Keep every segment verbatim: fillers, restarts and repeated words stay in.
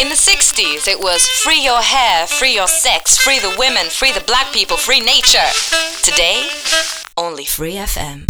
In the sixties, it was free your hair, free your sex, free the women, free the black people, free nature. Today, only Free F M.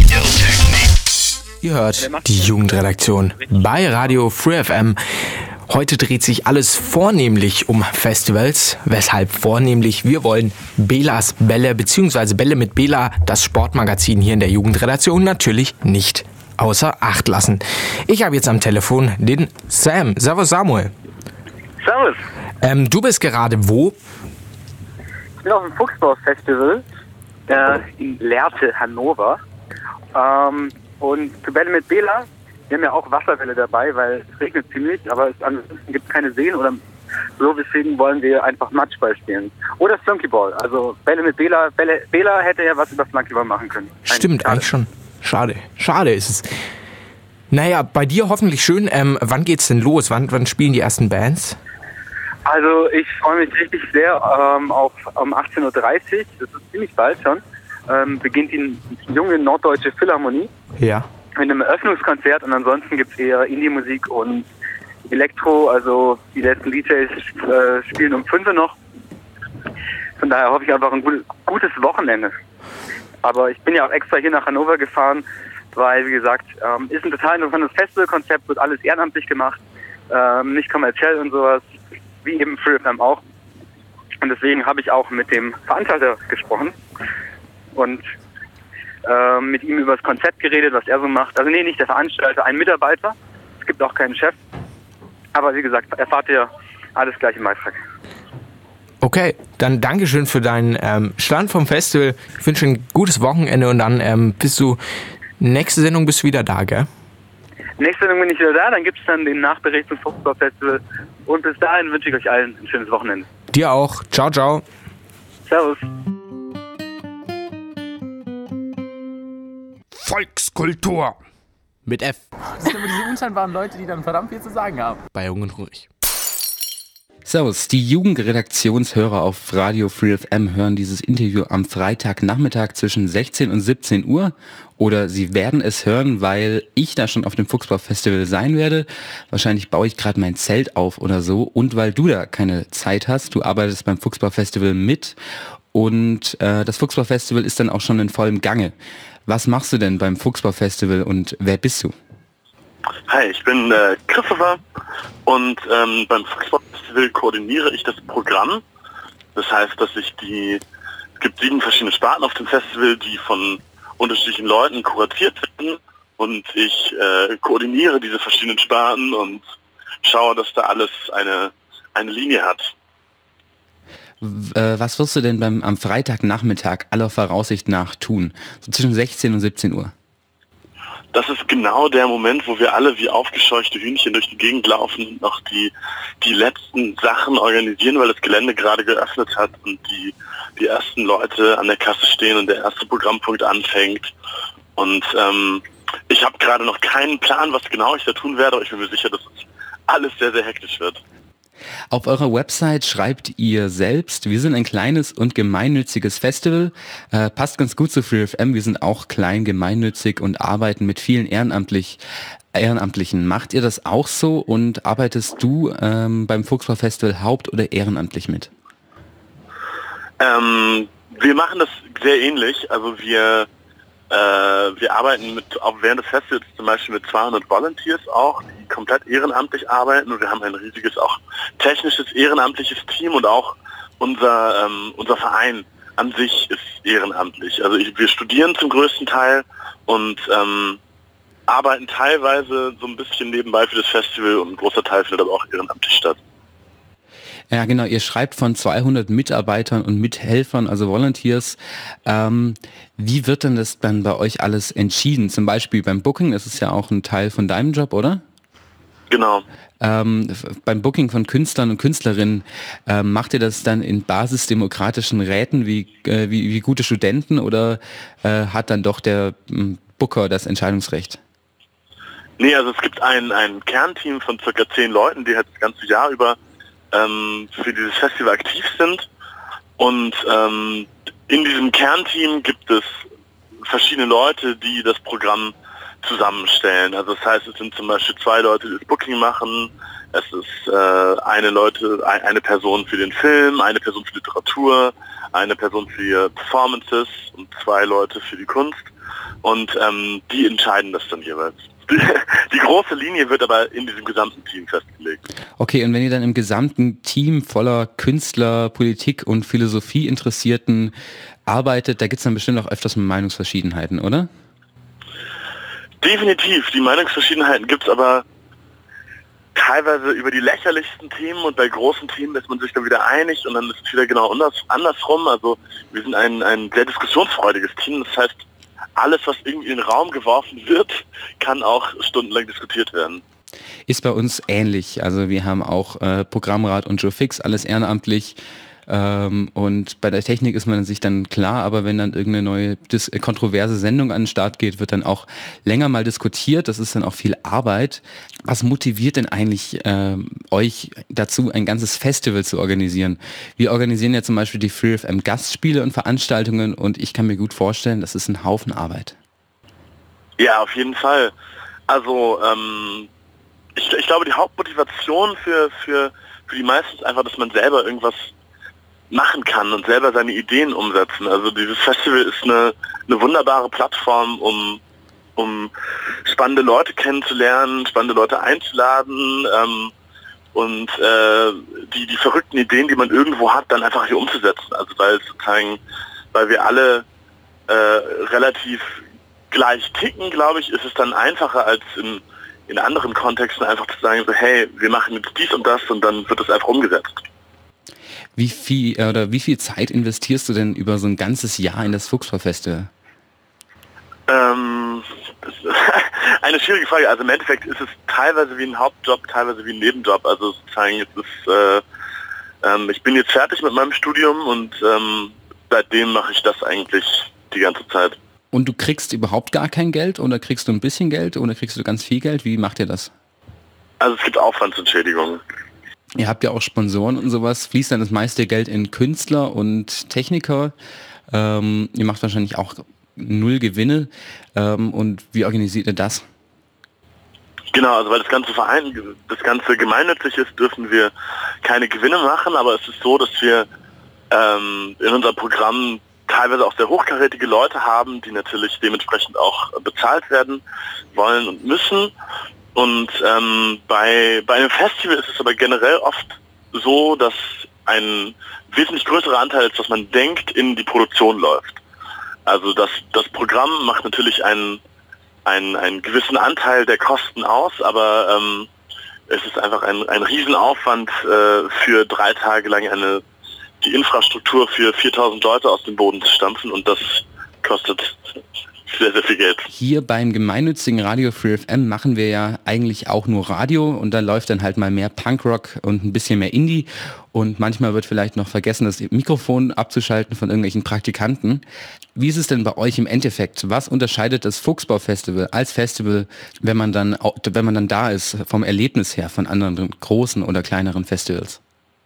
Ihr hört die Jugendredaktion bei Radio Free F M. Heute dreht sich alles vornehmlich um Festivals. Weshalb vornehmlich? Wir wollen Belas Bälle bzw. Bälle mit Bela, das Sportmagazin hier in der Jugendredaktion, natürlich nicht außer Acht lassen. Ich habe jetzt am Telefon den Sam. Servus Samuel. Servus. Ähm, du bist gerade wo? Ich bin auf dem Fuchsbau-Festival äh, in Lehrte, Hannover. Ähm, und für Bälle mit Bela, wir haben ja auch Wasserwelle dabei, weil es regnet ziemlich, aber es ansonsten gibt es keine Seen oder so, deswegen wollen wir einfach Matchball spielen. Oder Flunkyball. Also Bälle mit Bela. Bälle, Bela hätte ja was über Flunkyball machen können. Stimmt, eigentlich schon. Schade. Schade ist es. Naja, bei dir hoffentlich schön. Ähm, wann geht's denn los? Wann, wann spielen die ersten Bands? Also ich freue mich richtig sehr ähm, auf um achtzehn Uhr dreißig, das ist ziemlich bald schon, ähm, beginnt die junge norddeutsche Philharmonie Ja. mit einem Eröffnungskonzert und ansonsten gibt es eher Indie-Musik und Elektro, also die letzten D Js äh, spielen um fünf Uhr noch. Von daher hoffe ich einfach ein gut, gutes Wochenende. Aber ich bin ja auch extra hier nach Hannover gefahren, weil, wie gesagt, ähm, ist ein total interessantes Festivalkonzept, wird alles ehrenamtlich gemacht, ähm, nicht kommerziell und sowas. Wie eben Free F M auch. Und deswegen habe ich auch mit dem Veranstalter gesprochen und äh, mit ihm über das Konzept geredet, was er so macht. Also nee, nicht der Veranstalter, ein Mitarbeiter. Es gibt auch keinen Chef. Aber wie gesagt, erfahrt ihr alles gleich im Beitrag. Okay, dann Dankeschön für deinen ähm, Stand vom Festival. Ich wünsche ein gutes Wochenende und dann ähm, bist du, nächste Sendung bist du wieder da, gell? Nächste Sendung bin ich wieder da, dann gibt es dann den Nachbericht zum Fuchsbau-Festival. Und bis dahin wünsche ich euch allen ein schönes Wochenende. Dir auch. Ciao, ciao. Servus. Volkskultur. Mit F. Das sind immer diese unscheinbaren Leute, die dann verdammt viel zu sagen haben. Bei Jung und Ruhig. Servus, die Jugendredaktionshörer auf Radio Free F M hören dieses Interview am Freitagnachmittag zwischen sechzehn und siebzehn Uhr. Oder sie werden es hören, weil ich da schon auf dem Fuchsbau-Festival sein werde. Wahrscheinlich baue ich gerade mein Zelt auf oder so. Und weil du da keine Zeit hast, du arbeitest beim Fuchsbau-Festival mit. Und äh, das Fuchsbau-Festival ist dann auch schon in vollem Gange. Was machst du denn beim Fuchsbau-Festival und wer bist du? Hi, ich bin äh, Christopher und ähm, beim Fuchsbau-Festival koordiniere ich das Programm. Das heißt, dass ich die, es gibt sieben verschiedene Sparten auf dem Festival, die von unterschiedlichen Leuten kuratiert werden und ich äh, koordiniere diese verschiedenen Sparten und schaue, dass da alles eine, eine Linie hat. W- äh, was wirst du denn beim, am Freitagnachmittag aller Voraussicht nach tun? So zwischen sechzehn und siebzehn Uhr. Das ist genau der Moment, wo wir alle wie aufgescheuchte Hühnchen durch die Gegend laufen und noch die, die letzten Sachen organisieren, weil das Gelände gerade geöffnet hat und die, die ersten Leute an der Kasse stehen und der erste Programmpunkt anfängt. Und ähm, ich habe gerade noch keinen Plan, was genau ich da tun werde, aber ich bin mir sicher, dass es alles sehr, sehr hektisch wird. Auf eurer Website schreibt ihr selbst, wir sind ein kleines und gemeinnütziges Festival. Äh, passt ganz gut zu Free F M, wir sind auch klein, gemeinnützig und arbeiten mit vielen ehrenamtlich, Ehrenamtlichen. Macht ihr das auch so und arbeitest du ähm, beim Fuchsbau Festival haupt- oder ehrenamtlich mit? Ähm, wir machen das sehr ähnlich. Also wir, äh, wir arbeiten mit, auch während des Festivals zum Beispiel mit zweihundert Volunteers auch, die komplett ehrenamtlich arbeiten. Und wir haben ein riesiges, auch technisches, ehrenamtliches Team und auch unser, ähm, unser Verein an sich ist ehrenamtlich. Also ich, wir studieren zum größten Teil und ähm, arbeiten teilweise so ein bisschen nebenbei für das Festival und ein großer Teil findet aber auch ehrenamtlich statt. Ja, genau. Ihr schreibt von zweihundert Mitarbeitern und Mithelfern, also Volunteers. Ähm, wie wird denn das dann bei euch alles entschieden? Zum Beispiel beim Booking, das ist ja auch ein Teil von deinem Job, oder? Genau. Ähm, f- beim Booking von Künstlern und Künstlerinnen, ähm, macht ihr das dann in basisdemokratischen Räten wie, äh, wie, wie gute Studenten oder äh, hat dann doch der ähm, Booker das Entscheidungsrecht? Nee, also es gibt ein, ein Kernteam von circa zehn Leuten, die halt das ganze Jahr über ähm, für dieses Festival aktiv sind. Und ähm, in diesem Kernteam gibt es verschiedene Leute, die das Programm zusammenstellen. Also das heißt, es sind zum Beispiel zwei Leute, die das Booking machen, Es ist äh, eine Leute, ein, eine Person für den Film, eine Person für Literatur, eine Person für Performances und zwei Leute für die Kunst. Und ähm, die entscheiden das dann jeweils. Die, die große Linie wird aber in diesem gesamten Team festgelegt. Okay, und wenn ihr dann im gesamten Team voller Künstler, Politik und Philosophie Interessierten arbeitet, da gibt es dann bestimmt auch öfters Meinungsverschiedenheiten, oder? Definitiv. Die Meinungsverschiedenheiten gibt es aber teilweise über die lächerlichsten Themen und bei großen Themen ist man sich dann wieder einig und dann ist es wieder genau anders, andersrum. Also wir sind ein, ein sehr diskussionsfreudiges Team. Das heißt, alles, was irgendwie in den Raum geworfen wird, kann auch stundenlang diskutiert werden. Ist bei uns ähnlich. Also wir haben auch äh, Programmrat und Joe Fix, alles ehrenamtlich. Ähm, und bei der Technik ist man sich dann klar, aber wenn dann irgendeine neue dis- kontroverse Sendung an den Start geht, wird dann auch länger mal diskutiert. Das ist dann auch viel Arbeit. Was motiviert denn eigentlich äh, euch dazu, ein ganzes Festival zu organisieren? Wir organisieren ja zum Beispiel die Free F M Gastspiele und Veranstaltungen und ich kann mir gut vorstellen, das ist ein Haufen Arbeit. Ja, auf jeden Fall. Also ähm, ich, ich glaube, die Hauptmotivation für, für, für die meisten ist einfach, dass man selber irgendwas machen kann und selber seine Ideen umsetzen. Also dieses Festival ist eine, eine wunderbare Plattform, um, um spannende Leute kennenzulernen, spannende Leute einzuladen ähm, und äh, die, die verrückten Ideen, die man irgendwo hat, dann einfach hier umzusetzen. Also weil sozusagen, weil wir alle äh, relativ gleich ticken, glaube ich, ist es dann einfacher als in, in anderen Kontexten einfach zu sagen, so hey, wir machen jetzt dies und das und dann wird das einfach umgesetzt. Wie viel oder wie viel Zeit investierst du denn über so ein ganzes Jahr in das Fuchsbau-Festival? Ähm, das ist eine schwierige Frage. Also im Endeffekt ist es teilweise wie ein Hauptjob, teilweise wie ein Nebenjob. Also sozusagen, es ist, äh, ähm, ich bin jetzt fertig mit meinem Studium und ähm, seitdem mache ich das eigentlich die ganze Zeit. Und du kriegst überhaupt gar kein Geld oder kriegst du ein bisschen Geld oder kriegst du ganz viel Geld? Wie macht ihr das? Also es gibt Aufwandsentschädigungen. Ihr habt ja auch Sponsoren und sowas. Fließt dann das meiste Geld in Künstler und Techniker? Ähm, ihr macht wahrscheinlich auch null Gewinne. Ähm, und wie organisiert ihr das? Genau, also weil das ganze Verein, das ganze gemeinnützig ist, dürfen wir keine Gewinne machen, aber es ist so, dass wir ähm, in unserem Programm teilweise auch sehr hochkarätige Leute haben, die natürlich dementsprechend auch bezahlt werden wollen und müssen. Und ähm, bei, bei einem Festival ist es aber generell oft so, dass ein wesentlich größerer Anteil, als was man denkt, in die Produktion läuft. Also das, das Programm macht natürlich einen, einen, einen gewissen Anteil der Kosten aus, aber ähm, es ist einfach ein, ein Riesenaufwand äh, für drei Tage lang eine, die Infrastruktur für viertausend Leute aus dem Boden zu stampfen und das kostet sehr, sehr viel Geld. Hier beim gemeinnützigen Radio Free F M machen wir ja eigentlich auch nur Radio und da läuft dann halt mal mehr Punkrock und ein bisschen mehr Indie und manchmal wird vielleicht noch vergessen, das Mikrofon abzuschalten von irgendwelchen Praktikanten. Wie ist es denn bei euch im Endeffekt? Was unterscheidet das Fuchsbau-Festival als Festival, wenn man dann, wenn man dann da ist, vom Erlebnis her von anderen großen oder kleineren Festivals?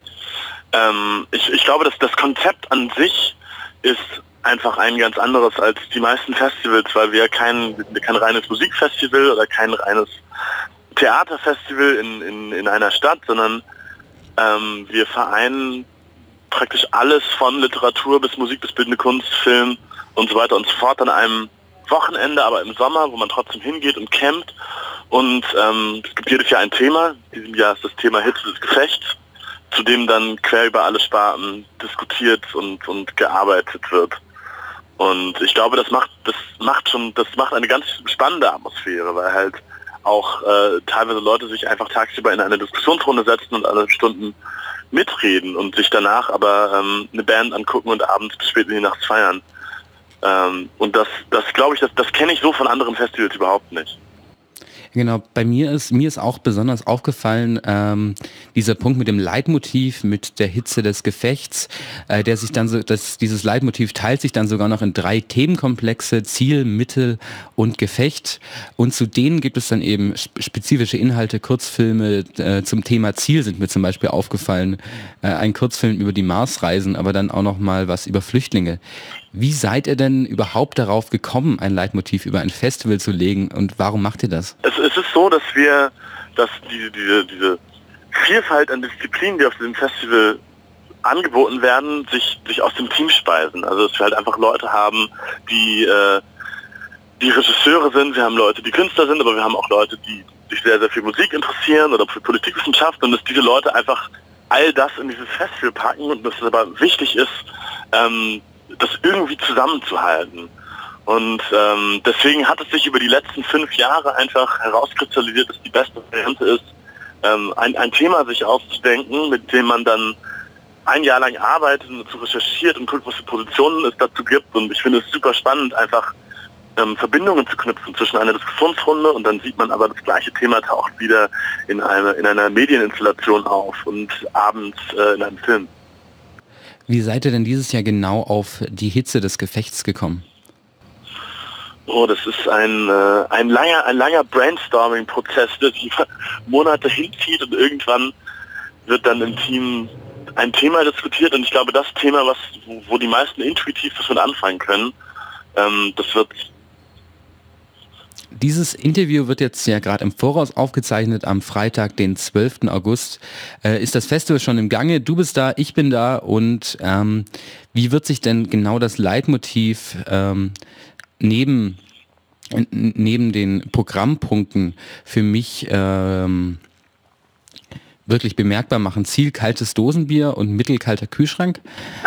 Ähm, ich, ich glaube, dass das Konzept an sich ist einfach ein ganz anderes als die meisten Festivals, weil wir kein, kein reines Musikfestival oder kein reines Theaterfestival in, in, in einer Stadt, sondern ähm, wir vereinen praktisch alles von Literatur bis Musik bis bildende Kunst, Film und so weiter und so fort an einem Wochenende, aber im Sommer, wo man trotzdem hingeht und campt. Und ähm, es gibt jedes Jahr ein Thema. In diesem Jahr ist das Thema Hitze des Gefechts, zu dem dann quer über alle Sparten diskutiert und, und gearbeitet wird. Und ich glaube, das macht, das macht schon, das macht eine ganz spannende Atmosphäre, weil halt auch äh, teilweise Leute sich einfach tagsüber in eine Diskussionsrunde setzen und alle Stunden mitreden und sich danach aber ähm, eine Band angucken und abends bis spät in die Nacht feiern. Ähm, und das, das glaube ich, das, das kenne ich so von anderen Festivals überhaupt nicht. Genau, bei mir ist mir ist auch besonders aufgefallen, ähm, dieser Punkt mit dem Leitmotiv, mit der Hitze des Gefechts, äh, der sich dann so, dass dieses Leitmotiv teilt sich dann sogar noch in drei Themenkomplexe: Ziel, Mittel und Gefecht. Und zu denen gibt es dann eben spezifische Inhalte, Kurzfilme äh, zum Thema Ziel sind mir zum Beispiel aufgefallen. Äh, ein Kurzfilm über die Marsreisen, aber dann auch noch mal was über Flüchtlinge. Wie seid ihr denn überhaupt darauf gekommen, ein Leitmotiv über ein Festival zu legen und warum macht ihr das? Es, es ist so, dass wir, dass diese, diese, diese Vielfalt an Disziplinen, die auf diesem Festival angeboten werden, sich, sich aus dem Team speisen. Also dass wir halt einfach Leute haben, die, äh, die Regisseure sind, wir haben Leute, die Künstler sind, aber wir haben auch Leute, die sich sehr, sehr viel Musik interessieren oder für Politikwissenschaft, und dass diese Leute einfach all das in dieses Festival packen und dass es aber wichtig ist, ähm, das irgendwie zusammenzuhalten. Und ähm, deswegen hat es sich über die letzten fünf Jahre einfach herauskristallisiert, dass die beste Variante ist, ähm, ein, ein Thema sich auszudenken, mit dem man dann ein Jahr lang arbeitet und dazu recherchiert und guckt, was für Positionen es dazu gibt. Und ich finde es super spannend, einfach ähm, Verbindungen zu knüpfen zwischen einer Diskussionsrunde, und dann sieht man aber, das gleiche Thema taucht wieder in, eine, in einer Medieninstallation auf und abends äh, in einem Film. Wie seid ihr denn dieses Jahr genau auf die Hitze des Gefechts gekommen? Oh, das ist ein, äh, ein langer, ein langer Brainstorming-Prozess, der sich über Monate hinzieht, und irgendwann wird dann im Team ein Thema diskutiert, und ich glaube, das Thema, was, wo, wo die meisten intuitiv davon anfangen können, ähm, das wird... Dieses Interview wird jetzt ja gerade im Voraus aufgezeichnet, am Freitag, den zwölften August. Äh, ist das Festival schon im Gange? Du bist da, ich bin da, und ähm, wie wird sich denn genau das Leitmotiv ähm, neben, n- neben den Programmpunkten für mich ähm, wirklich bemerkbar machen? Ziel kaltes Dosenbier und mittelkalter Kühlschrank?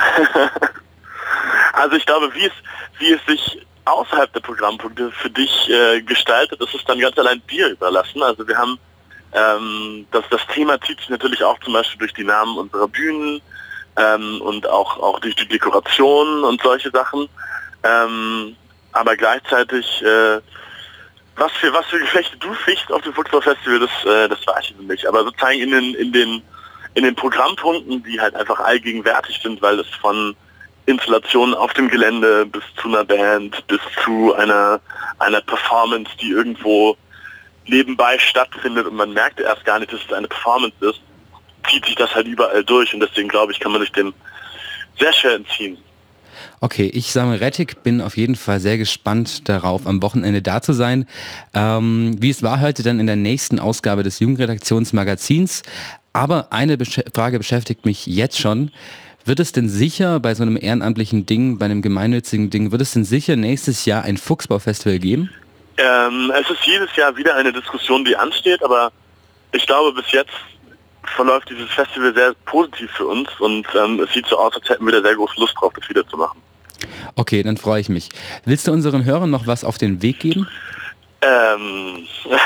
Also ich glaube, wie es, wie es sich außerhalb der Programmpunkte für dich äh, gestaltet, ist es dann ganz allein dir überlassen. Also wir haben, ähm, das, das Thema zieht sich natürlich auch zum Beispiel durch die Namen unserer Bühnen ähm, und auch, auch durch die Dekorationen und solche Sachen. Ähm, aber gleichzeitig, äh, was für was für Gefechte du fichst auf dem Fuchsbau Festival, das, äh, das weiß ich nicht. Aber sozusagen in den, in den, in den Programmpunkten, die halt einfach allgegenwärtig sind, weil es von Installationen auf dem Gelände bis zu einer Band, bis zu einer, einer Performance, die irgendwo nebenbei stattfindet und man merkt erst gar nicht, dass es eine Performance ist, zieht sich das halt überall durch, und deswegen glaube ich, kann man sich dem sehr schwer entziehen. Okay, ich Samuel Rettig bin auf jeden Fall sehr gespannt darauf, am Wochenende da zu sein. Ähm, wie es war heute dann in der nächsten Ausgabe des Jugendredaktionsmagazins. Aber eine Besch- Frage beschäftigt mich jetzt schon. Wird es denn sicher bei so einem ehrenamtlichen Ding, bei einem gemeinnützigen Ding, wird es denn sicher nächstes Jahr ein Fuchsbau-Festival geben? Ähm, es ist jedes Jahr wieder eine Diskussion, die ansteht, aber ich glaube, bis jetzt verläuft dieses Festival sehr positiv für uns, und ähm, es sieht so aus, als hätten wir da sehr große Lust drauf, das wieder zu machen. Okay, dann freue ich mich. Willst du unseren Hörern noch was auf den Weg geben? Ähm,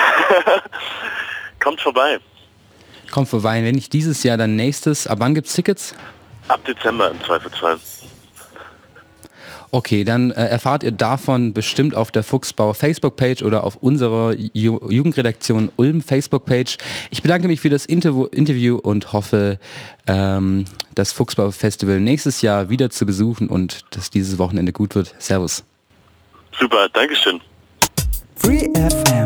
kommt vorbei. Kommt vorbei, wenn nicht dieses Jahr, dann nächstes. Ab wann gibt's Tickets? Ab Dezember im Zweifelsfall. Okay, dann äh, erfahrt ihr davon bestimmt auf der Fuchsbau Facebook-Page oder auf unserer Ju- Jugendredaktion Ulm Facebook-Page. Ich bedanke mich für das Interview, Interview und hoffe, ähm, das Fuchsbau-Festival nächstes Jahr wieder zu besuchen und dass dieses Wochenende gut wird. Servus. Super, Dankeschön. Free F M